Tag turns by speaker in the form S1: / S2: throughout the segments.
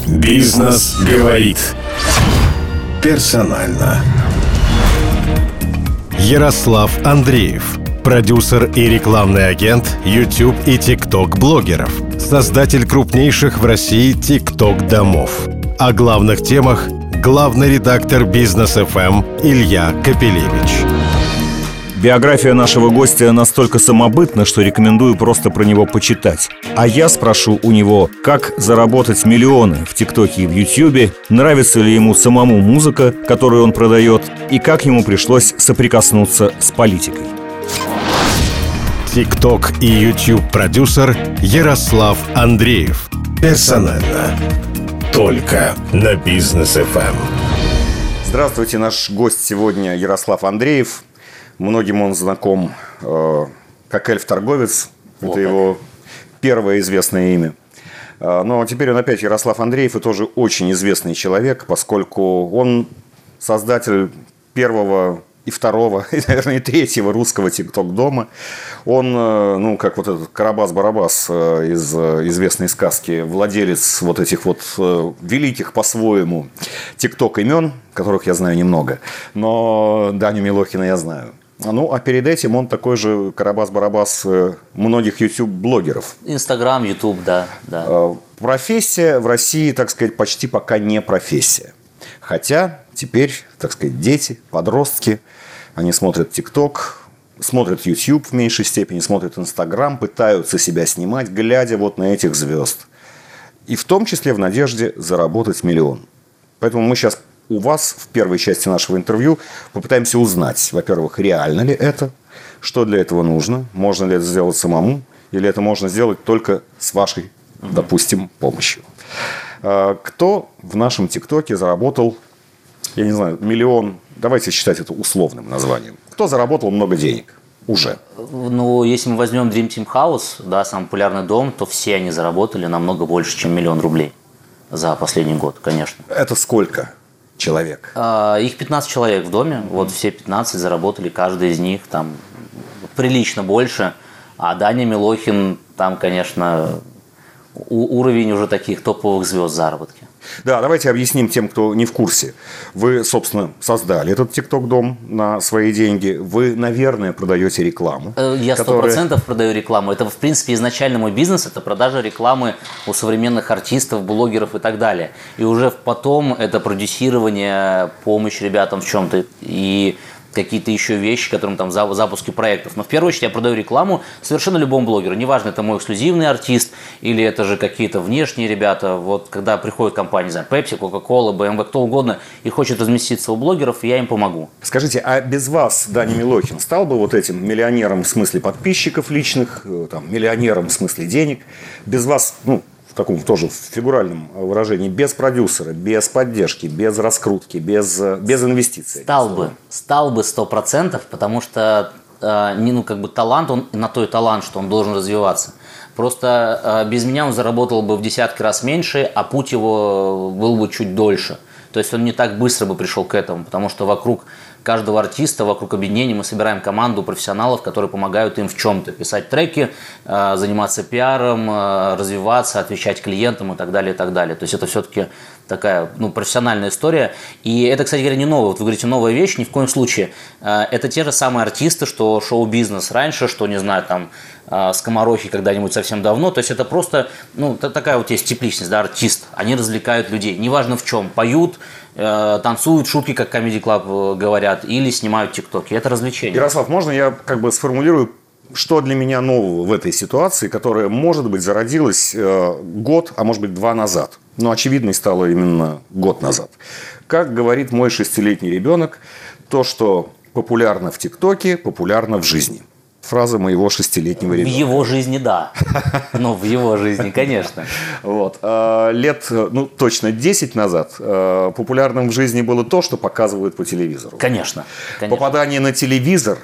S1: Бизнес говорит. Персонально.
S2: Ярослав Андреев, продюсер и рекламный агент YouTube и TikTok блогеров, создатель крупнейших в России TikTok домов. О главных темах главный редактор Бизнес FM Илья Капелевич.
S3: Биография нашего гостя настолько самобытна, что рекомендую просто про него почитать. А я спрошу у него, как заработать миллионы в ТикТоке и в Ютьюбе, нравится ли ему самому музыка, которую он продает, и как ему пришлось соприкоснуться с политикой.
S2: TikTok и YouTube продюсер Ярослав Андреев.
S1: Персонально. Только на Бизнес FM.
S3: Здравствуйте, наш гость сегодня Ярослав Андреев. Многим он знаком как эльф-торговец. Это его первое известное имя. Но теперь он опять Ярослав Андреев, и тоже очень известный человек, поскольку он создатель первого и второго, и, наверное, и третьего русского TikTok-дома. Он, как вот этот Карабас-Барабас из известной сказки, владелец вот этих вот великих по-своему TikTok-имен, которых я знаю немного, но Даню Милохина я знаю. А перед этим он такой же Карабас-Барабас многих YouTube-блогеров.
S4: Инстаграм, YouTube, да.
S3: Профессия в России, так сказать, почти пока не профессия. Хотя теперь, так сказать, дети, подростки, они смотрят TikTok, смотрят YouTube в меньшей степени, смотрят Instagram, пытаются себя снимать, глядя вот на этих звезд. И в том числе в надежде заработать миллион. Поэтому мы сейчас у вас в первой части нашего интервью попытаемся узнать, во-первых, реально ли это, что для этого нужно, можно ли это сделать самому, или это можно сделать только с вашей, допустим, помощью. Кто в нашем ТикТоке заработал, я не знаю, миллион, давайте считать это условным названием. Кто заработал много денег уже?
S4: Если мы возьмем Dream Team House, да, самый популярный дом, то все они заработали намного больше, чем 1 000 000 рублей за последний год, конечно.
S3: Это сколько человек?
S4: Их 15 человек в доме, вот все 15 заработали, каждый из них там прилично больше, а Даня Милохин, там, конечно, уровень уже таких топовых звезд заработки.
S3: Да, давайте объясним тем, кто не в курсе. Вы, собственно, создали этот TikTok-дом на свои деньги. Вы, наверное, продаете рекламу.
S4: Я 100% продаю рекламу. Это, в принципе, изначально мой бизнес. Это продажа рекламы у современных артистов, блогеров и так далее. И уже потом это продюсирование, помощь ребятам в чем-то и какие-то еще вещи, которым там запуски проектов. Но в первую очередь я продаю рекламу совершенно любому блогеру. Неважно, это мой эксклюзивный артист или это же какие-то внешние ребята. Вот когда приходят компании, не знаю, Pepsi, Coca-Cola, BMW, кто угодно, и хочет разместиться у блогеров, я им помогу.
S3: Скажите, а без вас Даня Милохин стал бы вот этим миллионером в смысле подписчиков личных, там, миллионером в смысле денег? Без вас, в таком тоже фигуральном выражении, без продюсера, без поддержки, без раскрутки, без инвестиций.
S4: Стал бы 100%, потому что талант, он на то и талант, что он должен развиваться. Просто без меня он заработал бы в десятки раз меньше, а путь его был бы чуть дольше. То есть он не так быстро бы пришел к этому, потому что вокруг каждого артиста, вокруг объединения мы собираем команду профессионалов, которые помогают им в чем-то. Писать треки, заниматься пиаром, развиваться, отвечать клиентам и так далее, и так далее. То есть это все-таки такая профессиональная история. И это, кстати говоря, не новое. Вот вы говорите, новая вещь, ни в коем случае. Это те же самые артисты, что шоу-бизнес раньше, что, не знаю, там, скоморохи когда-нибудь совсем давно. То есть это просто, такая вот есть тепличность, да, артист. Они развлекают людей. Неважно в чем. Поют, танцуют, шутки, как Comedy Club говорят, или снимают тиктоки. Это развлечение.
S3: Ярослав, можно я сформулирую, что для меня нового в этой ситуации, которая, может быть, зародилась год, а может быть, 2 назад. Но очевидной стало именно год назад. Как говорит мой 6-летний ребенок, то, что популярно в ТикТоке, популярно в жизни. Фраза моего 6-летнего ребенка.
S4: В его жизни, да. В его жизни, конечно.
S3: Вот. Лет, точно 10 назад популярным в жизни было то, что показывают по телевизору.
S4: Конечно.
S3: Попадание на телевизор,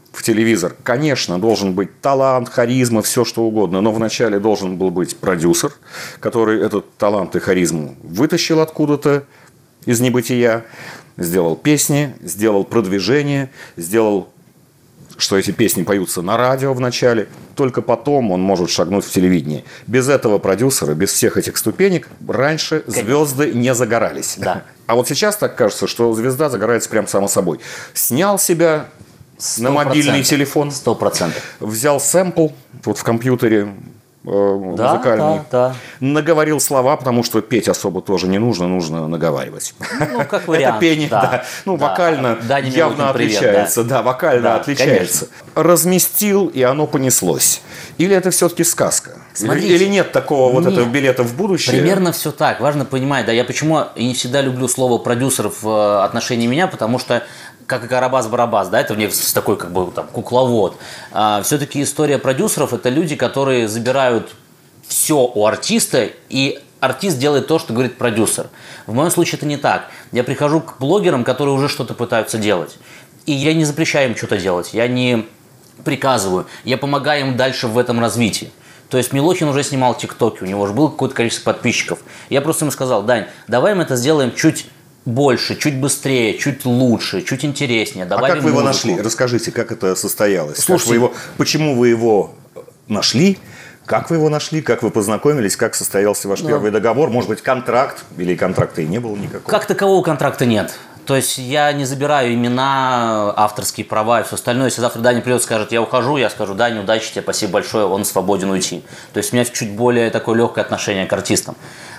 S3: конечно, должен быть талант, харизма, все что угодно. Но вначале должен был быть продюсер, который этот талант и харизму вытащил откуда-то из небытия, сделал песни, сделал продвижение, сделал что эти песни поются на радио в начале, только потом он может шагнуть в телевидение. Без этого продюсера, без всех этих ступенек, раньше звезды не загорались.
S4: Да.
S3: А вот сейчас так кажется, что звезда загорается прям само собой. Снял себя на мобильный телефон,
S4: 100%.
S3: взял сэмпл вот в компьютере, музыкальный,
S4: да.
S3: наговорил слова, потому что петь особо тоже не нужно, нужно наговаривать.
S4: Ну, как вариант.
S3: Это пение, да. Ну,
S4: да.
S3: вокально
S4: Даня
S3: явно
S4: Милохин, привет,
S3: отличается. Да, вокально
S4: Да,
S3: отличается. Разместил, и оно понеслось. Или это все-таки сказка?
S4: Смотрите.
S3: Или нет такого вот
S4: Нет.
S3: этого билета в будущее?
S4: Примерно все так. Важно понимать, да, я почему и не всегда люблю слово продюсер в отношении меня, потому что как и Карабас-Барабас, да, это в некотором такой как бы там кукловод. Все-таки история продюсеров – это люди, которые забирают все у артиста, и артист делает то, что говорит продюсер. В моем случае это не так. Я прихожу к блогерам, которые уже что-то пытаются делать. И я не запрещаю им что-то делать, я не приказываю, я помогаю им дальше в этом развитии. То есть Милохин уже снимал ТикТоки, у него уже было какое-то количество подписчиков. Я просто ему сказал: Дань, давай мы это сделаем чуть больше, чуть быстрее, чуть лучше, чуть интереснее.
S3: А как вы его нашли? Расскажите, как это состоялось?
S4: Слушайте,
S3: почему вы его нашли? Как вы его нашли? Как вы познакомились? Как состоялся ваш первый договор? Может быть, контракт? Или контракта и не было никакого?
S4: Как такового контракта нет. То есть я не забираю имена, авторские права и все остальное. Если завтра Даня придет и скажет: я ухожу, я скажу: Даня, удачи тебе, спасибо большое, он свободен уйти. То есть у меня чуть более такое легкое отношение к артистам.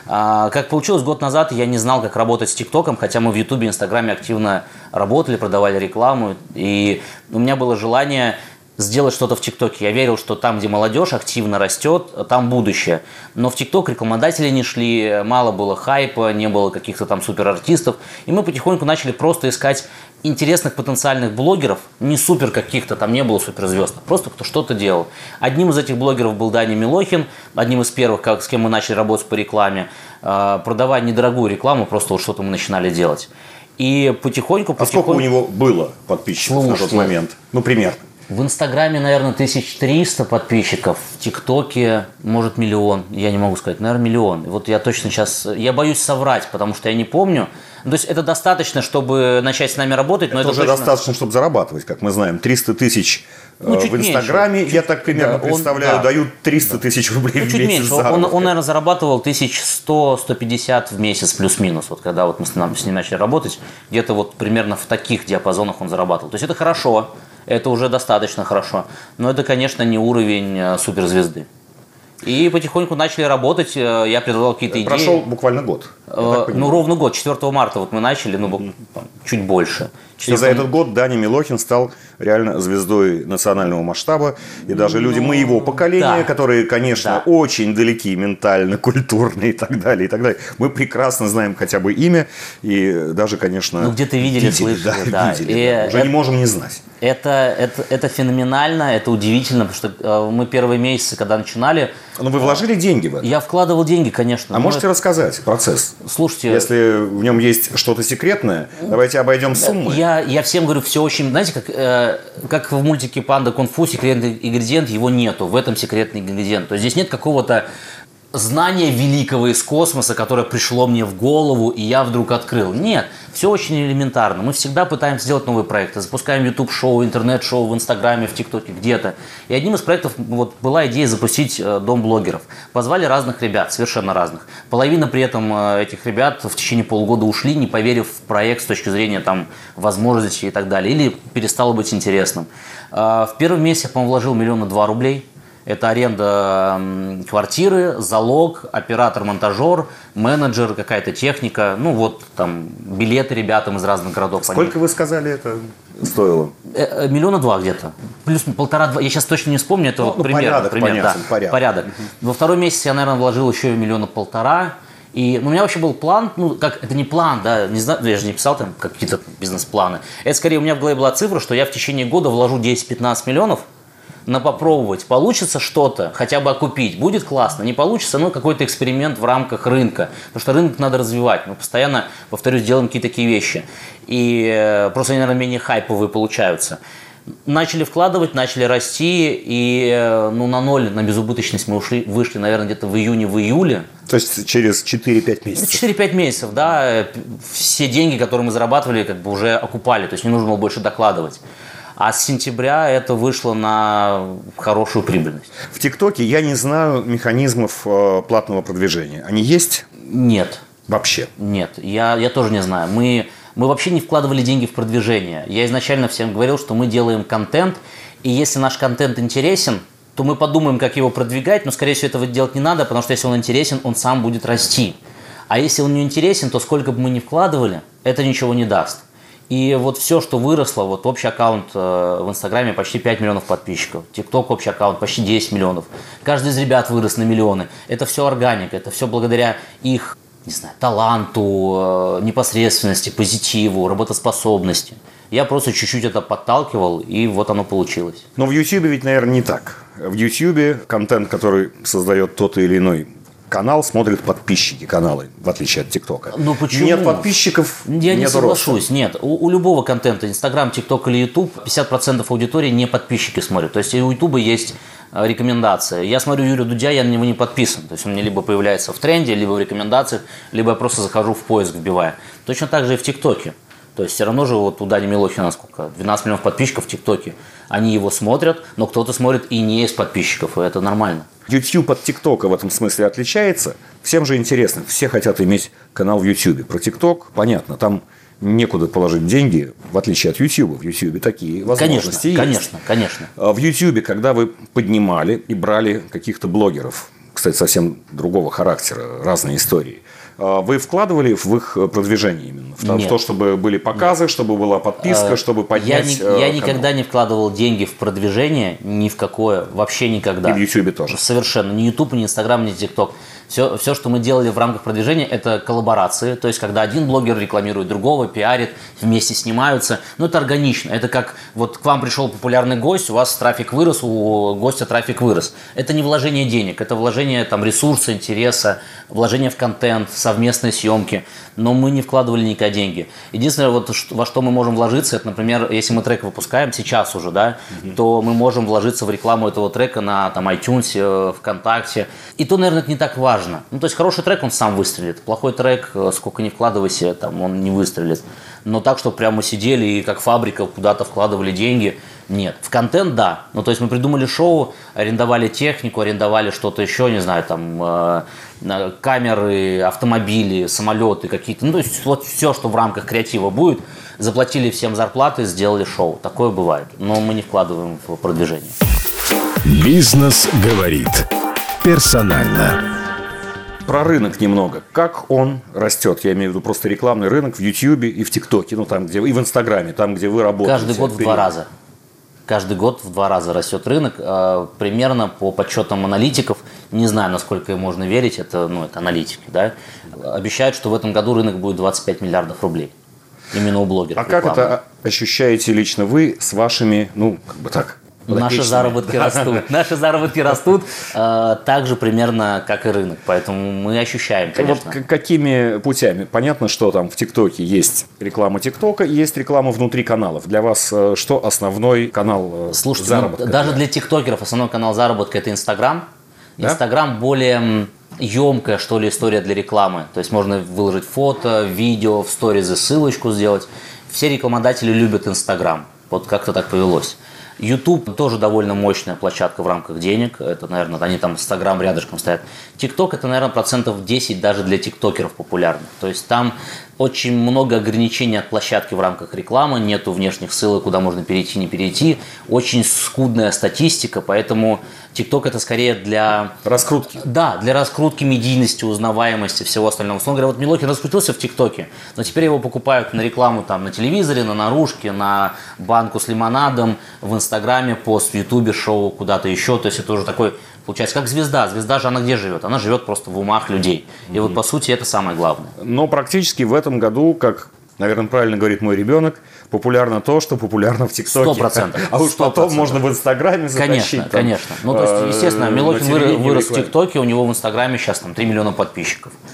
S4: Как получилось, год назад я не знал, как работать с ТикТоком, хотя мы в Ютубе и Инстаграме активно работали, продавали рекламу. И у меня было желание сделать что-то в ТикТоке. Я верил, что там, где молодежь активно растет, там будущее. Но в ТикТок рекламодатели не шли, мало было хайпа, не было каких-то там суперартистов. И мы потихоньку начали просто искать интересных потенциальных блогеров, не супер каких-то, там не было суперзвезд, просто кто что-то делал. Одним из этих блогеров был Даня Милохин, одним из первых, с кем мы начали работать по рекламе, продавая недорогую рекламу, просто вот что-то мы начинали делать. И потихоньку...
S3: А сколько у него было подписчиков на тот момент? Ну, примерно.
S4: В Инстаграме, наверное, 1300 подписчиков, в ТикТоке, может, 1 000 000, я не могу сказать, наверное, 1 000 000. Вот я точно сейчас, я боюсь соврать, потому что я не помню. То есть это достаточно, чтобы начать с нами работать, но
S3: это уже
S4: точно...
S3: достаточно, чтобы зарабатывать, как мы знаем. 300 тысяч в Инстаграме,
S4: меньше.
S3: Я так примерно представляю, дают 300 тысяч рублей в
S4: чуть
S3: месяц
S4: меньше. Он, наверное, зарабатывал 1100-150 в месяц плюс-минус. Вот когда вот мы с ним начали работать, где-то вот примерно в таких диапазонах он зарабатывал. То есть это хорошо, это уже достаточно хорошо, но это, конечно, не уровень суперзвезды. И потихоньку начали работать, я предлагал какие-то идеи.
S3: Прошел буквально год.
S4: Ну, ровно год, 4 марта вот мы начали, ну, чуть больше.
S3: И за этот год Даня Милохин стал реально звездой национального масштаба. И даже люди моего поколения, которые, конечно, очень далеки ментально, культурно и так далее, мы прекрасно знаем хотя бы имя. И даже, конечно,
S4: ну, где-то видели, слышали. Да.
S3: Уже не можем не знать.
S4: Это феноменально, это удивительно, потому что мы первые месяцы, когда начинали...
S3: Но вы вложили деньги в это?
S4: Я вкладывал деньги, конечно.
S3: А можете рассказать процесс?
S4: Слушайте...
S3: Если в нем есть что-то секретное, давайте обойдем суммы.
S4: Я всем говорю, все очень... Знаете, как в мультике «Панда Кунг-фу» секретный ингредиент, его нету. В этом секретный ингредиент. То есть здесь нет какого-то знание великого из космоса, которое пришло мне в голову, и я вдруг открыл. Нет, все очень элементарно. Мы всегда пытаемся сделать новые проекты. Запускаем YouTube-шоу, интернет-шоу в Инстаграме, в ТикТоке, где-то. И одним из проектов вот была идея запустить дом блогеров. Позвали разных ребят, совершенно разных. Половина при этом этих ребят в течение полугода ушли, не поверив в проект с точки зрения там, возможностей и так далее. Или перестало быть интересным. В первый месяц я, по-моему, вложил 1 200 000 рублей. Это аренда квартиры, залог, оператор-монтажер, менеджер, какая-то техника. Ну вот там билеты ребятам из разных городов.
S3: Сколько вы сказали это стоило?
S4: 1 200 000 где-то. Плюс 1,5-2. Я сейчас точно не вспомню. Это вот примерно. Порядок. Во второй месяц я, наверное, вложил еще 1,5 миллиона. И у меня вообще был план, ну, как это не план, да, не знаю, я же не писал там какие-то бизнес-планы. Это скорее у меня в голове была цифра, что я в течение года вложу 10-15 миллионов на попробовать. Получится что-то, хотя бы окупить, будет классно. Не получится, ну, какой-то эксперимент в рамках рынка. Потому что рынок надо развивать. Мы постоянно, повторюсь, делаем какие-то такие вещи. И просто они, наверное, менее хайповые получаются. Начали вкладывать, начали расти, и ну, на ноль, на безубыточность мы вышли, наверное, где-то в июне-июле.
S3: То есть через 4-5 месяцев? 4-5
S4: месяцев, да. Все деньги, которые мы зарабатывали, как бы уже окупали, то есть не нужно было больше докладывать. А с сентября это вышло на хорошую прибыльность.
S3: В ТикТоке я не знаю механизмов платного продвижения. Они есть?
S4: Нет.
S3: Вообще?
S4: Нет, я тоже не знаю. Мы вообще не вкладывали деньги в продвижение. Я изначально всем говорил, что мы делаем контент, и если наш контент интересен, то мы подумаем, как его продвигать, но, скорее всего, этого делать не надо, потому что если он интересен, он сам будет расти. А если он не интересен, то сколько бы мы ни вкладывали, это ничего не даст. И вот все, что выросло, вот общий аккаунт в Инстаграме почти 5 миллионов подписчиков, ТикТок общий аккаунт почти 10 миллионов. Каждый из ребят вырос на миллионы. Это все органика, это все благодаря их, не знаю, таланту, непосредственности, позитиву, работоспособности. Я просто чуть-чуть это подталкивал, и вот оно получилось.
S3: Но в YouTube ведь, наверное, не так. В YouTube контент, который создает тот или иной канал, смотрят подписчики канала, в отличие от ТикТока.
S4: Ну почему?
S3: Нет подписчиков,
S4: я не
S3: нет
S4: соглашусь.
S3: роста.
S4: Нет, у любого контента, Инстаграм, ТикТок или Ютуб, 50% аудитории не подписчики смотрят. То есть и у Ютуба есть рекомендация. Я смотрю Юрия Дудя, я на него не подписан. То есть он мне либо появляется в тренде, либо в рекомендациях, либо я просто захожу в поиск, вбивая. Точно так же и в ТикТоке. То есть все равно же вот у Дани Милохина сколько? 12 миллионов подписчиков в ТикТоке. Они его смотрят, но кто-то смотрит и не из подписчиков, и это нормально.
S3: YouTube от ТикТока в этом смысле отличается. Всем же интересно, все хотят иметь канал в YouTube. Про ТикТок понятно, там некуда положить деньги, в отличие от YouTube. В YouTube такие возможности есть.
S4: Конечно.
S3: В YouTube, когда вы поднимали и брали каких-то блогеров, кстати, совсем другого характера, разные истории, вы вкладывали в их продвижение именно? В то, чтобы были показы, чтобы была подписка, чтобы поднять
S4: Я никогда не вкладывал деньги в продвижение, ни в какое, вообще никогда.
S3: И в YouTube тоже?
S4: Совершенно. Ни YouTube, ни Instagram, ни TikTok. Все, что мы делали в рамках продвижения, это коллаборации. То есть, когда один блогер рекламирует другого, пиарит, вместе снимаются. Но это органично. Это как вот к вам пришел популярный гость, у вас трафик вырос, у гостя трафик вырос. Это не вложение денег, это вложение там, ресурса, интереса, вложение в контент, совместные съемки. Но мы не вкладывали никогда деньги. Единственное, вот, во что мы можем вложиться, это, например, если мы трек выпускаем сейчас уже, да, то мы можем вложиться в рекламу этого трека на там, iTunes, ВКонтакте. И то, наверное, это не так важно. Ну, то есть хороший трек, он сам выстрелит. Плохой трек, сколько ни вкладывайся, там, он не выстрелит. Но так, чтобы прямо сидели и как фабрика куда-то вкладывали деньги, нет. В контент, да. Ну, то есть мы придумали шоу, арендовали технику, арендовали что-то еще, не знаю, там, камеры, автомобили, самолеты какие-то. Ну, то есть вот все, что в рамках креатива будет, заплатили всем зарплаты, сделали шоу. Такое бывает. Но мы не вкладываем в продвижение.
S1: Бизнес говорит персонально.
S3: Про рынок немного. Как он растет? Я имею в виду просто рекламный рынок в YouTube и в ТикТоке, ну там, где и в Инстаграме, там, где вы работаете.
S4: Каждый год в 2 раза. Каждый год в 2 раза растет рынок. Примерно по подсчетам аналитиков, не знаю, насколько им можно верить, это аналитики, да, обещают, что в этом году рынок будет 25 миллиардов рублей. Именно у блогеров.
S3: А как это ощущаете лично вы с вашими, ну, как бы так,
S4: Наши заработки растут. Наши заработки растут так же примерно, как и рынок. Поэтому мы ощущаем, конечно.
S3: Вот какими путями? Понятно, что там в ТикТоке есть реклама ТикТока, есть реклама внутри каналов. Для вас что основной канал заработка?
S4: Даже для тиктокеров основной канал заработка – это Инстаграм.
S3: Да?
S4: Инстаграм более емкая, что ли, история для рекламы. То есть можно выложить фото, видео, в сторизы ссылочку сделать. Все рекламодатели любят Инстаграм. Вот как-то так повелось. YouTube тоже довольно мощная площадка в рамках денег. Это, наверное, они там Инстаграм рядышком стоят. TikTok это, наверное, 10% даже для тиктокеров популярно. То есть там очень много ограничений от площадки в рамках рекламы, нету внешних ссылок, куда можно перейти, не перейти. Очень скудная статистика, поэтому TikTok это скорее для...
S3: раскрутки.
S4: Да, для раскрутки медийности, узнаваемости, всего остального. Условно говоря, вот Милохин раскрутился в ТикТоке, но теперь его покупают на рекламу там, на телевизоре, на наружке, на банку с лимонадом, в Инстаграме, пост в Ютубе, шоу куда-то еще. То есть это уже такой, получается, как звезда. Звезда же она где живет? Она живет просто в умах людей. И вот по сути это самое главное.
S3: Но практически в этом году, как, наверное, правильно говорит мой ребенок, популярно то, что популярно в ТикТоке.
S4: 100%.
S3: А уж потом можно в Инстаграме затащить.
S4: Конечно, конечно. Ну, то есть, естественно, Милохин вырос в ТикТоке, у него в Инстаграме сейчас там 3 миллиона подписчиков.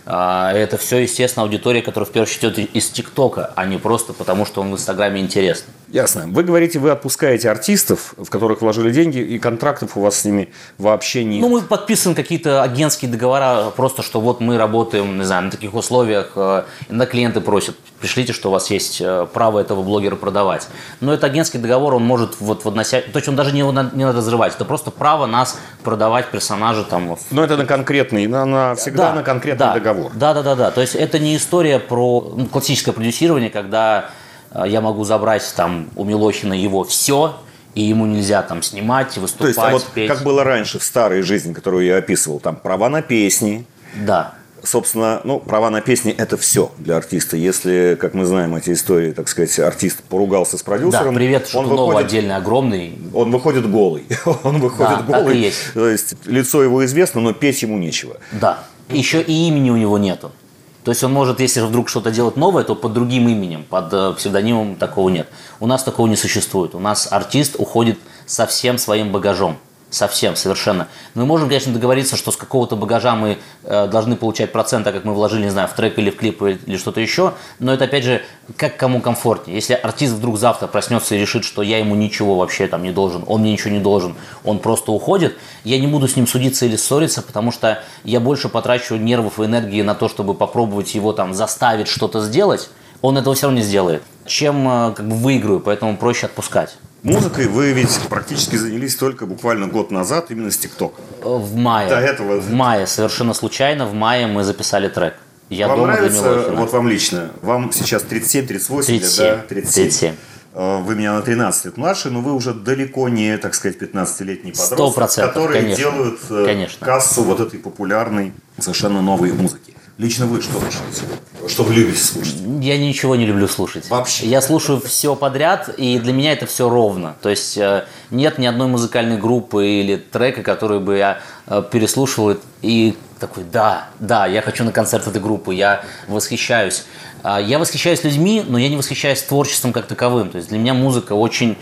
S4: Это все, естественно, аудитория, которая в первую очередь идет из ТикТока, а не просто потому, что он в Инстаграме интересный.
S3: Ясно. Вы говорите, вы отпускаете артистов, в которых вложили деньги, и контрактов у вас с ними вообще нет.
S4: Ну, мы подписываем какие-то агентские договора, просто что вот мы работаем, не знаю, на таких условиях. Иногда клиенты просят, пришлите, что у вас есть право этого блогера продавать. Но это агентский договор, он может вот в относительно... То есть он даже не надо разрывать. Это просто право нас продавать персонажа там.
S3: Но это на конкретный, всегда на конкретный договор.
S4: Да. То есть это не история про классическое продюсирование, когда я могу забрать там у Милохина его все, и ему нельзя там снимать, выступать,
S3: то есть,
S4: петь.
S3: Как было раньше в старой жизни, которую я описывал, там права на песни.
S4: Да.
S3: Собственно, права на песни – это все для артиста. Если, как мы знаем эти истории, так сказать, артист поругался с продюсером…
S4: Да, привет Шатунову отдельный, огромный.
S3: Он выходит голый. Он выходит голый.
S4: Так и есть.
S3: То есть, лицо его известно, но петь ему нечего.
S4: Да. Еще и имени у него нету. То есть он может, если вдруг что-то делать новое, то под другим именем, под псевдонимом такого нет. У нас такого не существует. У нас артист уходит со всем своим багажом. Совсем, совершенно. Мы можем, конечно, договориться, что с какого-то багажа мы должны получать проценты, как мы вложили, не знаю, в трек или в клип или что-то еще, но это, опять же, как кому комфортнее. Если артист вдруг завтра проснется и решит, что я ему ничего вообще там не должен, он мне ничего не должен, он просто уходит, я не буду с ним судиться или ссориться, потому что я больше потрачу нервов и энергии на то, чтобы попробовать его там заставить что-то сделать, он этого все равно не сделает, чем как бы выиграю, поэтому проще отпускать.
S3: Музыкой вы ведь практически занялись только буквально год назад именно с ТикТока.
S4: В мае.
S3: До этого...
S4: В мае, совершенно случайно, в мае мы записали трек. Я
S3: вам
S4: дома
S3: нравится, вот вам лично, вам сейчас 37-38 лет, да?
S4: 37.
S3: Вы меня на 13 лет младше, но вы уже далеко не, так сказать, 15-летний подросток,
S4: 100%,
S3: которые
S4: конечно,
S3: делают кассу вот этой популярной, совершенно новой музыки. Лично вы что слушаете? Что вы любите слушать?
S4: Я ничего не люблю слушать.
S3: Вообще?
S4: Я слушаю все подряд, и для меня это все ровно. То есть нет ни одной музыкальной группы или трека, который бы я переслушивал и такой, да, я хочу на концерт этой группы, я восхищаюсь. Я восхищаюсь людьми, но я не восхищаюсь творчеством как таковым. То есть для меня музыка очень...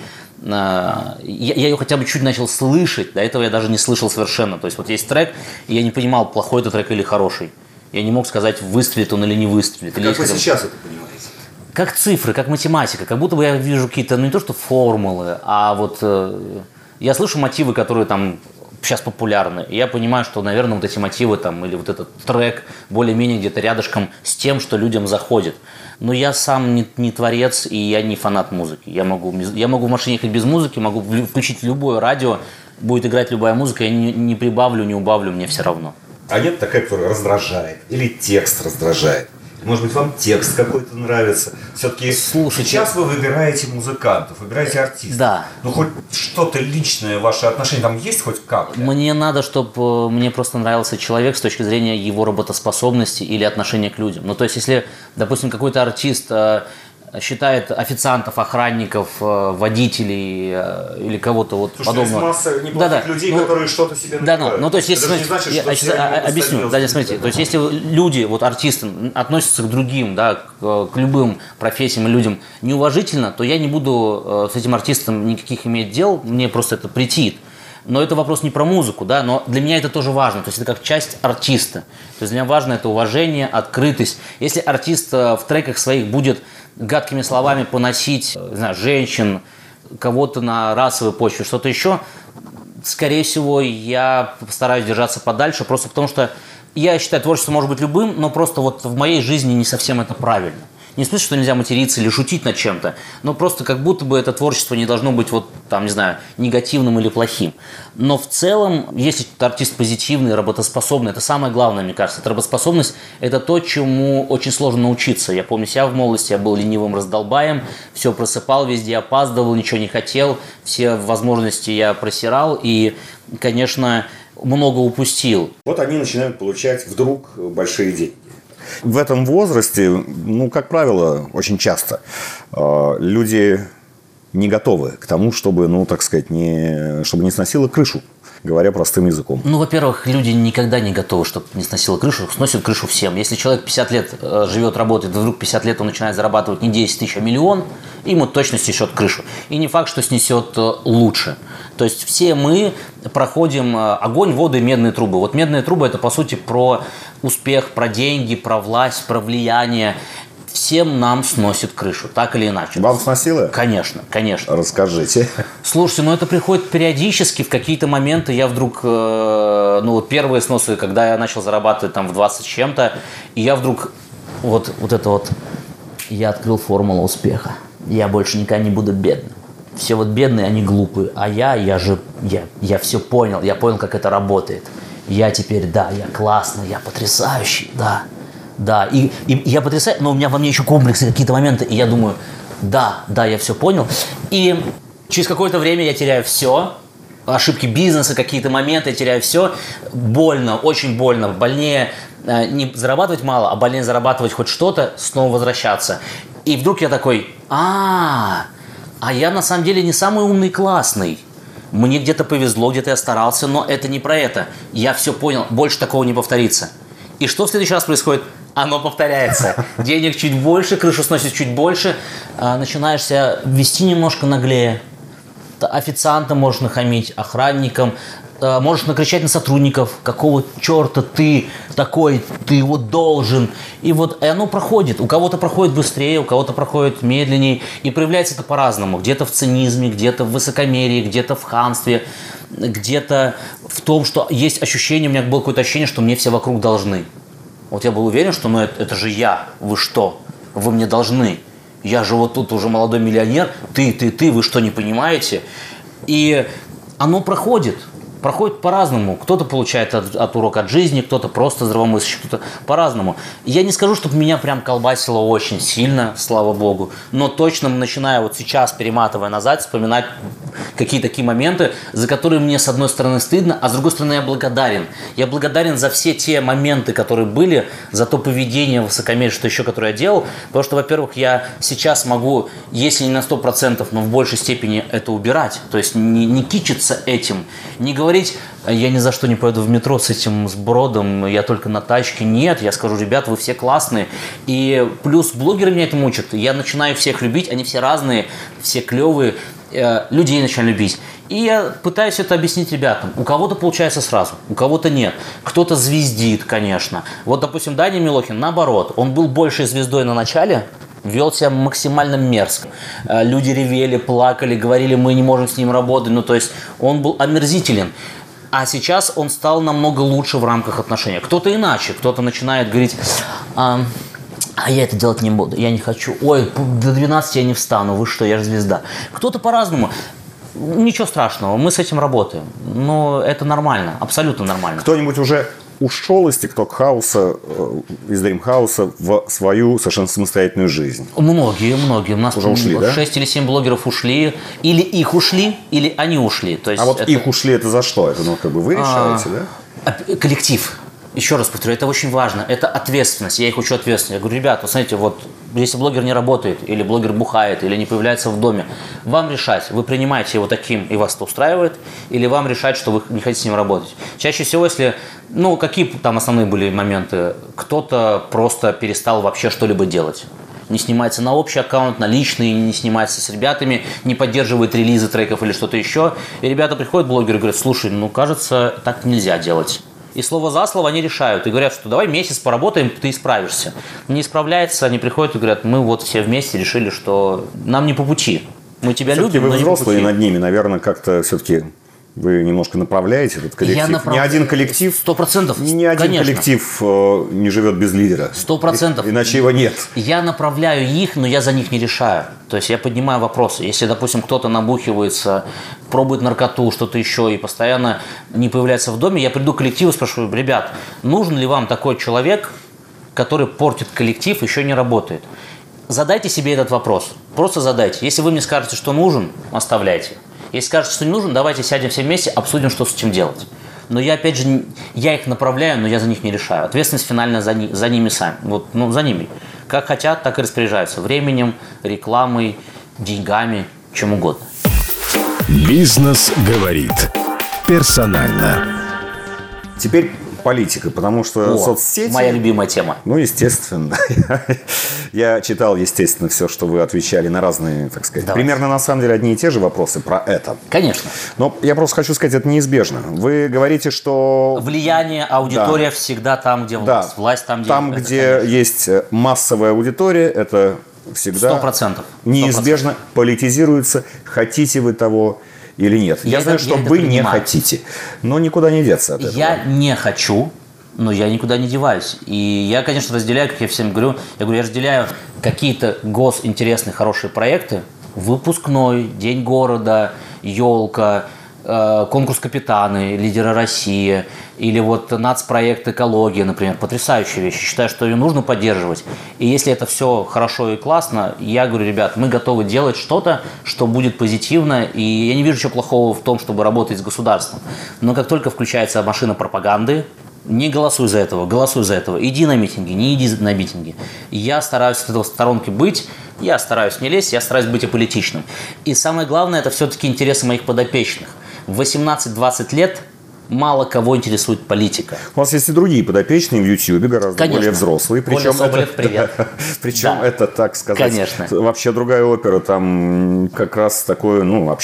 S4: Я ее хотя бы чуть начал слышать, до этого я даже не слышал совершенно. То есть вот есть трек, и я не понимал, плохой это трек или хороший. Я не мог сказать, выстрелит он или не выстрелит.
S3: Как вы сейчас это понимаете?
S4: Как цифры, как математика. Как будто бы я вижу какие-то, не то что формулы, а вот я слышу мотивы, которые там сейчас популярны. И я понимаю, что, наверное, вот эти мотивы там, или вот этот трек более-менее где-то рядышком с тем, что людям заходит. Но я сам не творец, и я не фанат музыки. Я могу в машине ехать без музыки, могу включить любое радио, будет играть любая музыка, я не прибавлю, не убавлю, мне все равно.
S3: А нет такая, которая раздражает? Или текст раздражает? Может быть, вам текст какой-то нравится? Все-таки сейчас вы выбираете музыкантов, выбираете артистов.
S4: Да.
S3: Ну, хоть что-то личное, ваши отношения там есть хоть как-то?
S4: Мне надо, чтобы мне просто нравился человек с точки зрения его работоспособности или отношения к людям. Ну, то есть, если, допустим, какой-то артист считает официантов, охранников, водителей или кого-то вот подобного.
S3: Есть масса неплохих людей, которые что-то себе
S4: напивают. Ну, то есть, если объясню, смотрите, то есть, если люди, вот артисты, относятся к другим, да, к любым профессиям и людям неуважительно, то я не буду с этим артистом никаких иметь дел, мне просто это претит. Но это вопрос не про музыку, да, но для меня это тоже важно, то есть это как часть артиста. То есть для меня важно это уважение, открытость. Если артист в треках своих будет гадкими словами поносить, не знаю, женщин, кого-то на расовой почве, что-то еще, скорее всего, я постараюсь держаться подальше, просто потому что я считаю, творчество может быть любым, но просто вот в моей жизни не совсем это правильно. Не в смысле, что нельзя материться или шутить над чем-то, но просто как будто бы это творчество не должно быть вот там, не знаю, негативным или плохим. Но в целом, если артист позитивный, работоспособный, это самое главное, мне кажется. Это работоспособность – это то, чему очень сложно научиться. Я помню себя в молодости, я был ленивым раздолбаем, все просыпал, везде опаздывал, ничего не хотел, все возможности я просирал и, конечно, много упустил.
S3: Вот они начинают получать вдруг большие деньги. В этом возрасте, ну, как правило, очень часто люди не готовы к тому, чтобы, ну, так сказать, чтобы не сносило крышу, говоря простым языком.
S4: Ну, во-первых, люди никогда не готовы, чтобы не сносило крышу. Сносит крышу всем. Если человек 50 лет живет, работает, и вдруг 50 лет он начинает зарабатывать не 10 тысяч, а миллион, ему точно снесет крышу. И не факт, что снесет лучше. То есть все мы проходим огонь, воду и медные трубы. Вот медные трубы – это, по сути, про успех, про деньги, про власть, про влияние. Всем нам сносит крышу, так или иначе.
S3: Вам сносило?
S4: Конечно, конечно.
S3: Расскажите.
S4: Слушайте, это приходит периодически, в какие-то моменты я вдруг, первые сносы, когда я начал зарабатывать там в 20 с чем-то, и я вдруг, я открыл формулу успеха. Я больше никогда не буду бедным. Все бедные, они глупые, а я все понял, я понял, как это работает. Я теперь, я классный, я потрясающий, да, и я потрясаю, но у меня во мне еще комплексы, какие-то моменты, и я думаю, я все понял. И через какое-то время я теряю все, ошибки бизнеса, какие-то моменты, я теряю все. Больно, очень больно, больнее не зарабатывать мало, а больнее зарабатывать хоть что-то, снова возвращаться. И вдруг я такой, а я на самом деле не самый умный и классный. Мне где-то повезло, где-то я старался, но это не про это. Я все понял, больше такого не повторится. И что в следующий раз происходит? Оно повторяется. Денег чуть больше, крышу сносит чуть больше, начинаешь себя вести немножко наглее. Официантам можешь нахамить, охранникам, можешь накричать на сотрудников, какого черта ты такой, ты должен. И оно проходит. У кого-то проходит быстрее, у кого-то проходит медленнее. И проявляется это по-разному. Где-то в цинизме, где-то в высокомерии, где-то в хамстве, где-то в том, что есть ощущение, у меня было какое-то ощущение, что мне все вокруг должны. Я был уверен, что это же я, вы что? Вы мне должны. Я же тут уже молодой миллионер, ты, вы что, не понимаете? И оно проходит по-разному. Кто-то получает от урока от жизни, кто-то просто здравомыслящий, кто-то по-разному. Я не скажу, чтобы меня прям колбасило очень сильно, слава богу, но точно начиная сейчас, перематывая назад, вспоминать какие-то такие моменты, за которые мне с одной стороны стыдно, а с другой стороны я благодарен. Я благодарен за все те моменты, которые были, за то поведение, высокомерие, что еще, которое я делал, потому что, во-первых, я сейчас могу, если не на 100%, но в большей степени это убирать, то есть не кичиться этим, не говорить, я ни за что не поеду в метро с этим сбродом, я только на тачке. Нет, я скажу, ребят, вы все классные. И плюс блогеры меня этому учат. Я начинаю всех любить, они все разные, все клевые. Людей начинаю любить. И я пытаюсь это объяснить ребятам. У кого-то получается сразу, у кого-то нет. Кто-то звездит, конечно. Допустим, Даня Милохин, наоборот, он был большей звездой на начале, вел себя максимально мерзко. Люди ревели, плакали, говорили, мы не можем с ним работать. То есть он был омерзителен. А сейчас он стал намного лучше в рамках отношений. Кто-то иначе. Кто-то начинает говорить, а я это делать не буду, я не хочу. Ой, до 12 я не встану, вы что, я же звезда. Кто-то по-разному. Ничего страшного, мы с этим работаем. Но это нормально, абсолютно нормально.
S3: Кто-нибудь уже ушел из ТикТок-хауса, из Дрим-хауса в свою совершенно самостоятельную жизнь?
S4: Многие. У нас
S3: уже ушли,
S4: 6 или 7 блогеров ушли. Или их ушли, или они ушли. То есть
S3: их ушли, это за что? Это вы решаете, да?
S4: Коллектив. Еще раз повторю, это очень важно. Это ответственность. Я их учу ответственности. Я говорю, ребята, смотрите, если блогер не работает, или блогер бухает, или не появляется в доме, вам решать, вы принимаете его таким, и вас это устраивает, или вам решать, что вы не хотите с ним работать. Чаще всего, если, какие там основные были моменты, кто-то просто перестал вообще что-либо делать. Не снимается на общий аккаунт, на личный, не снимается с ребятами, не поддерживает релизы треков или что-то еще. И ребята приходят, блогеры, говорят, слушай, кажется, так нельзя делать. И слово за слово они решают. И говорят, что давай месяц поработаем, ты исправишься. Не исправляется, они приходят и говорят, мы все вместе решили, что нам не по пути. Мы тебя
S3: все-таки
S4: любим,
S3: вы
S4: но
S3: взрослые
S4: не по пути.
S3: над ними, наверное, как-то все-таки вы немножко направляете этот коллектив. Ни один коллектив,
S4: 100%.
S3: Ни один
S4: Конечно.
S3: коллектив не живет без лидера.
S4: 100%.
S3: Иначе его нет.
S4: Я направляю их, но я за них не решаю. То есть я поднимаю вопросы. Если, допустим, кто-то набухивается, пробует наркоту, что-то еще, и постоянно не появляется в доме, я приду к коллективу и спрашиваю, ребят, нужен ли вам такой человек, который портит коллектив, еще не работает? Задайте себе этот вопрос. Просто задайте. Если вы мне скажете, что нужен, оставляйте. Если скажете, что не нужен, давайте сядем все вместе, обсудим, что с этим делать. Но я, опять же, я их направляю, но я за них не решаю. Ответственность финальная за ними сами. За ними. Как хотят, так и распоряжаются. Временем, рекламой, деньгами, чем угодно.
S1: Бизнес говорит. Персонально.
S3: Теперь политикой, потому что соцсети...
S4: Моя любимая тема.
S3: Ну, естественно. Я читал, естественно, все, что вы отвечали на разные, так сказать, примерно, на самом деле, одни и те же вопросы про это.
S4: Конечно.
S3: Но я просто хочу сказать, это неизбежно. Вы говорите, что...
S4: Влияние, аудитория всегда там, где власть. Власть там, где...
S3: Там, где есть массовая аудитория, это всегда
S4: 100%.
S3: неизбежно политизируется, хотите вы того или нет. Я знаю, что вы не хотите, но никуда не деться от этого.
S4: Я не хочу, но я никуда не деваюсь. И я, конечно, разделяю, как я всем говорю, я разделяю какие-то госинтересные, хорошие проекты, выпускной, День города, елка, конкурс «Капитаны», «Лидеры России», или вот нацпроект «Экология», например, потрясающая вещь. Считаю, что ее нужно поддерживать. И если это все хорошо и классно, я говорю, ребят, мы готовы делать что-то, что будет позитивно, и я не вижу ничего плохого в том, чтобы работать с государством. Но как только включается машина пропаганды, не голосуй за этого, голосуй за этого. Иди на митинги, не иди на митинги. Я стараюсь с этой сторонки быть, я стараюсь не лезть, я стараюсь быть аполитичным. И самое главное, это все-таки интересы моих подопечных. В 18-20 лет мало кого интересует политика.
S3: У вас есть и другие подопечные в Ютьюбе, гораздо более взрослые.
S4: Причем Соболев, привет.
S3: Причем это, так сказать,
S4: конечно,
S3: вообще другая опера. Там как раз такое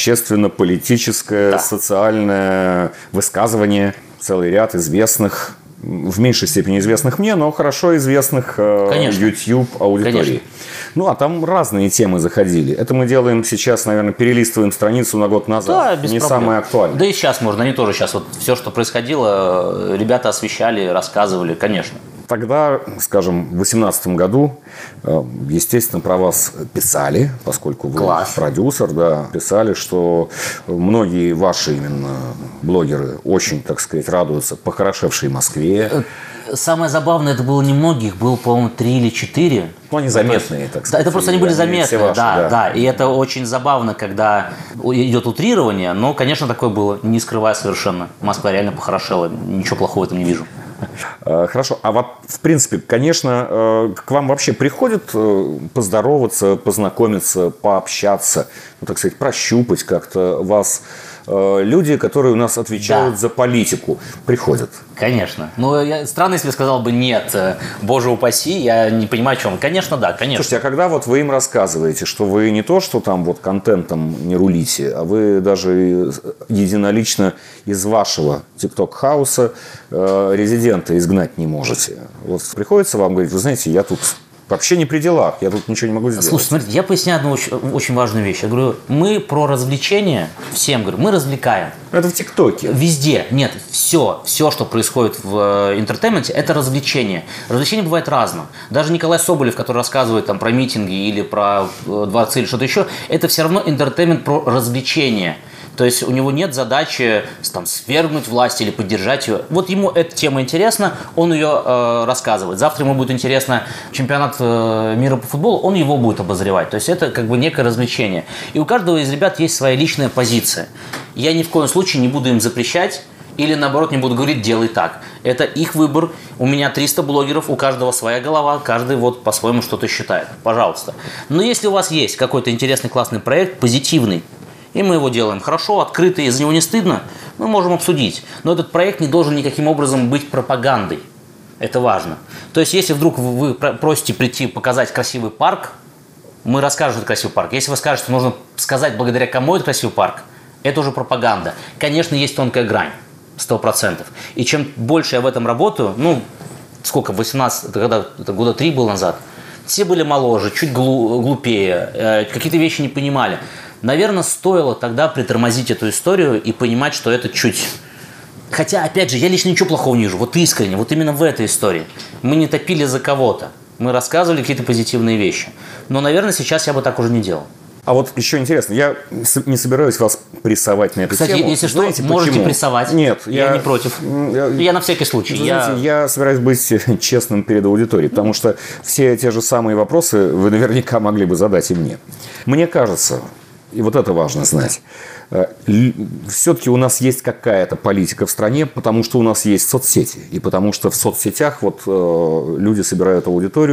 S3: общественно-политическое, социальное высказывание. Целый ряд известных, в меньшей степени известных мне, но хорошо известных YouTube аудитории. Ну, а там разные темы заходили. Это мы делаем сейчас, наверное, перелистываем страницу на год назад.
S4: Да, без проблем.
S3: Самое актуальное.
S4: Да и сейчас можно, они тоже сейчас. Вот все, что происходило, ребята освещали, рассказывали, конечно.
S3: Тогда, скажем, в 2018 году, естественно, про вас писали, поскольку вы продюсер, писали, что многие ваши именно блогеры очень, так сказать, радуются похорошевшей Москве.
S4: Самое забавное, это было не многих, было, по-моему, 3 или 4.
S3: Ну, они заметные, так сказать.
S4: Да, это просто они были заметные, да. И это очень забавно, когда идет утрирование, но, конечно, такое было, не скрывая совершенно. Москва реально похорошела, ничего плохого в этом не вижу.
S3: Хорошо. А вот, в принципе, конечно, к вам вообще приходят поздороваться, познакомиться, пообщаться, так сказать, прощупать как-то вас люди, которые у нас отвечают за политику, приходят?
S4: Конечно. Странно, если я сказал бы нет, боже упаси, я не понимаю, о чем. Конечно, да, конечно.
S3: Слушайте, а когда вот вы им рассказываете, что вы не то, что там вот контентом не рулите, а вы даже единолично из вашего TikTok-хауса резидента изгнать не можете. Вот приходится вам говорить, вы знаете, я тут вообще не при делах, я тут ничего не могу сделать.
S4: Слушай, смотрите, я поясняю одну очень важную вещь. Я говорю, мы про развлечения, всем говорю, мы развлекаем.
S3: Это в ТикТоке.
S4: Везде. Нет, все, что происходит в интертейменте, это развлечение. Развлечение бывает разным. Даже Николай Соболев, который рассказывает там про митинги или про дворцы или что-то еще, это все равно интертеймент про развлечение. То есть у него нет задачи там свергнуть власть или поддержать ее. Вот ему эта тема интересна, он ее рассказывает. Завтра ему будет интересно чемпионат мира по футболу, он его будет обозревать. То есть это как бы некое развлечение. И у каждого из ребят есть своя личная позиция. Я ни в коем случае не буду им запрещать или наоборот не буду говорить «делай так». Это их выбор. У меня 300 блогеров, у каждого своя голова, каждый вот по-своему что-то считает. Пожалуйста. Но если у вас есть какой-то интересный, классный проект, позитивный, и мы его делаем хорошо, открыто, и за него не стыдно, мы можем обсудить. Но этот проект не должен никаким образом быть пропагандой. Это важно. То есть, если вдруг вы просите прийти показать красивый парк, мы расскажем, что это красивый парк. Если вы скажете, что нужно сказать, благодаря кому это красивый парк, это уже пропаганда. Конечно, есть тонкая грань, 100%. И чем больше я в этом работаю, 18, это года 3 было назад, все были моложе, чуть глупее, какие-то вещи не понимали. Наверное, стоило тогда притормозить эту историю и понимать, что это чуть... Хотя, опять же, я лично ничего плохого не вижу. Вот искренне, вот именно в этой истории. Мы не топили за кого-то. Мы рассказывали какие-то позитивные вещи. Но, наверное, сейчас я бы так уже не делал.
S3: А вот еще интересно, я не собираюсь вас прессовать на эту тему.
S4: Кстати, если что, можете прессовать.
S3: Нет,
S4: я не против. Я на всякий случай.
S3: Знаете, я собираюсь быть честным перед аудиторией, потому что все те же самые вопросы вы наверняка могли бы задать и мне. Мне кажется, и вот это важно знать, все-таки у нас есть какая-то политика в стране, потому что у нас есть соцсети. И потому что в соцсетях люди собирают аудиторию,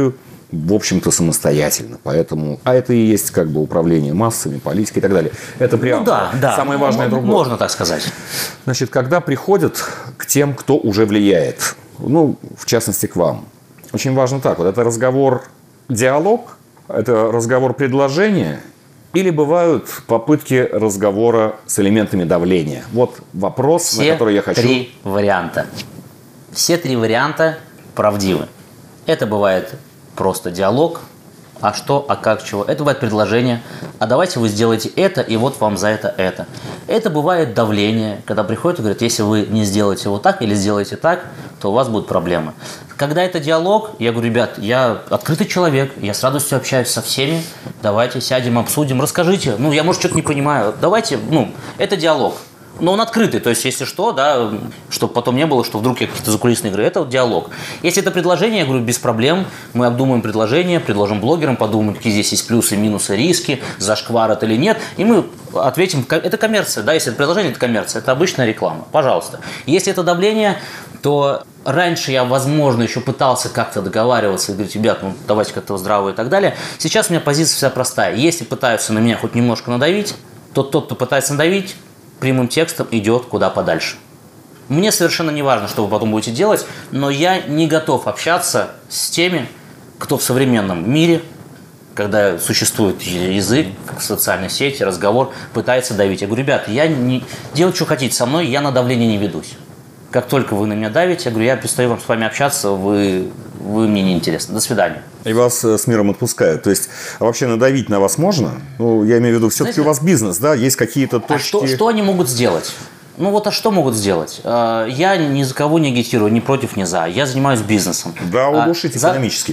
S3: в общем-то, самостоятельно. Поэтому, а это и есть как бы управление массами, политика и так далее. Это прям самое важное другое.
S4: Можно так сказать.
S3: Значит, когда приходят к тем, кто уже влияет, в частности, к вам, очень важно так. Вот это разговор-диалог, это разговор-предложение, или бывают попытки разговора с элементами давления? Вот вопрос, на который я хочу...
S4: Все 3 варианта. Все 3 варианта правдивы. Это бывает просто диалог. А что, а как, чего? Это бывает предложение. А давайте вы сделаете это, и вот вам за это это. Это бывает давление, когда приходят и говорят, если вы не сделаете вот так или сделаете так, то у вас будут проблемы. Когда это диалог, я говорю, ребят, я открытый человек, я с радостью общаюсь со всеми, давайте сядем, обсудим, расскажите. Я, может, что-то не понимаю. Давайте, это диалог. Но он открытый, то есть, если что, да, чтобы потом не было, что вдруг какие-то закулисные игры, это вот диалог. Если это предложение, я говорю, без проблем, мы обдумаем предложение, предложим блогерам, подумаем, какие здесь есть плюсы, минусы, риски, зашквар это или нет, и мы ответим, это коммерция, да, если это предложение, это коммерция, это обычная реклама, пожалуйста. Если это давление, то раньше я, возможно, еще пытался как-то договариваться и говорить, ребят, давайте как-то здраво и так далее. Сейчас у меня позиция вся простая. Если пытаются на меня хоть немножко надавить, то тот, кто пытается надавить, прямым текстом идет куда подальше. Мне совершенно не важно, что вы потом будете делать, но я не готов общаться с теми, кто в современном мире, когда существует язык, социальные сети, разговор, пытается давить. Я говорю, ребят, делайте, что хотите со мной, я на давление не ведусь. Как только вы на меня давите, я говорю, я перестаю с вами общаться, вы мне не интересны. До свидания.
S3: И вас с миром отпускают. То есть, вообще надавить на вас можно? Я имею в виду, все-таки у вас бизнес, да? Есть какие-то точки...
S4: Что они могут сделать? А что могут сделать? Я ни за кого не агитирую, ни против, ни за. Я занимаюсь бизнесом.
S3: Да, удушить экономически.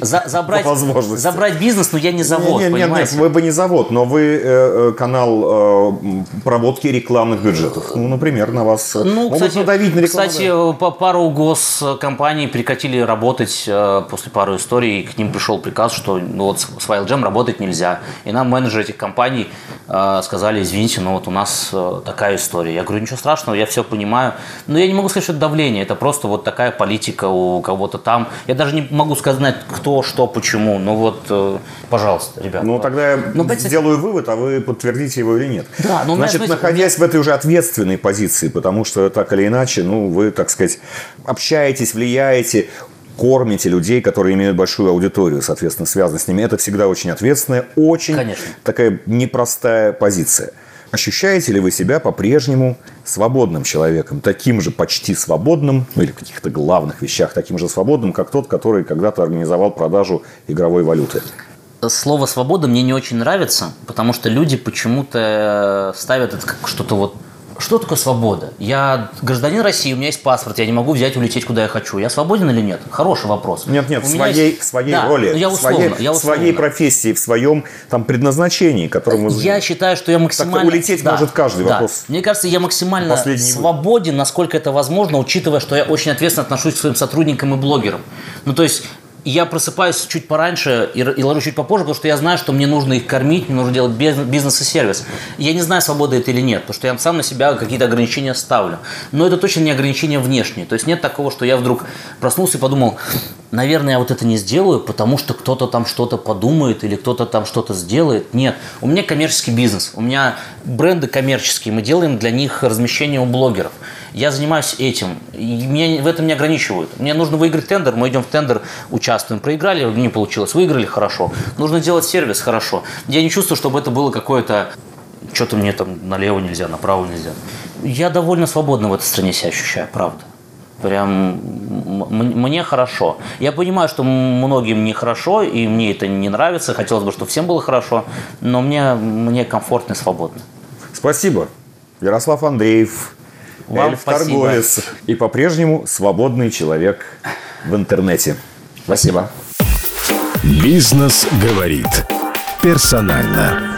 S4: Забрать бизнес, но я не завод,
S3: Нет, вы бы не завод, но вы канал проводки рекламных бюджетов. Например, на вас могут надавить на рекламу.
S4: Кстати, пару госкомпаний прекратили работать после пары историй. К ним пришел приказ, что с WildGem работать нельзя. И нам менеджеры этих компаний сказали, извините, но у нас такая история. Я говорю, ничего страшного. Я все понимаю. Но я не могу сказать, что это давление. Это просто такая политика у кого-то там. Я даже не могу сказать, кто, что, почему. Пожалуйста, ребята.
S3: Тогда я сделаю вывод, а вы подтвердите его или нет.
S4: Да,
S3: Значит, находясь в этой уже ответственной позиции, потому что так или иначе, вы, так сказать, общаетесь, влияете, кормите людей, которые имеют большую аудиторию, соответственно, связаны с ними. Это всегда очень ответственная, очень такая непростая позиция. Ощущаете ли вы себя по-прежнему свободным человеком, таким же почти свободным, или в каких-то главных вещах таким же свободным, как тот, который когда-то организовал продажу игровой валюты?
S4: Слово «свобода» мне не очень нравится, потому что люди почему-то ставят это как что-то Что такое свобода? Я гражданин России, у меня есть паспорт, я не могу взять и улететь, куда я хочу. Я свободен или нет? Хороший вопрос.
S3: Нет, в своей роли, в своей профессии, в своем предназначении, которым вы
S4: Я считаю, что я максимально...
S3: Так улететь может каждый вопрос.
S4: Мне кажется, я максимально свободен, насколько это возможно, учитывая, что я очень ответственно отношусь к своим сотрудникам и блогерам. То есть... Я просыпаюсь чуть пораньше и ложусь чуть попозже, потому что я знаю, что мне нужно их кормить, мне нужно делать бизнес и сервис. Я не знаю, свобода это или нет, потому что я сам на себя какие-то ограничения ставлю. Но это точно не ограничения внешние. То есть нет такого, что я вдруг проснулся и подумал, наверное, я это не сделаю, потому что кто-то там что-то подумает или кто-то там что-то сделает. Нет. У меня коммерческий бизнес, у меня бренды коммерческие, мы делаем для них размещение у блогеров. Я занимаюсь этим, и меня в этом не ограничивают. Мне нужно выиграть тендер, мы идем в тендер, участвуем, проиграли, не получилось, выиграли, хорошо. Нужно делать сервис, хорошо. Я не чувствую, чтобы это было какое-то, что-то мне налево нельзя, направо нельзя. Я довольно свободно в этой стране себя ощущаю, правда. Прям мне хорошо. Я понимаю, что многим нехорошо, и мне это не нравится. Хотелось бы, чтобы всем было хорошо, но мне комфортно и свободно.
S3: Спасибо. Ярослав Андреев, эльф-торговец и по-прежнему свободный человек в интернете. Спасибо.
S1: Бизнес говорит персонально.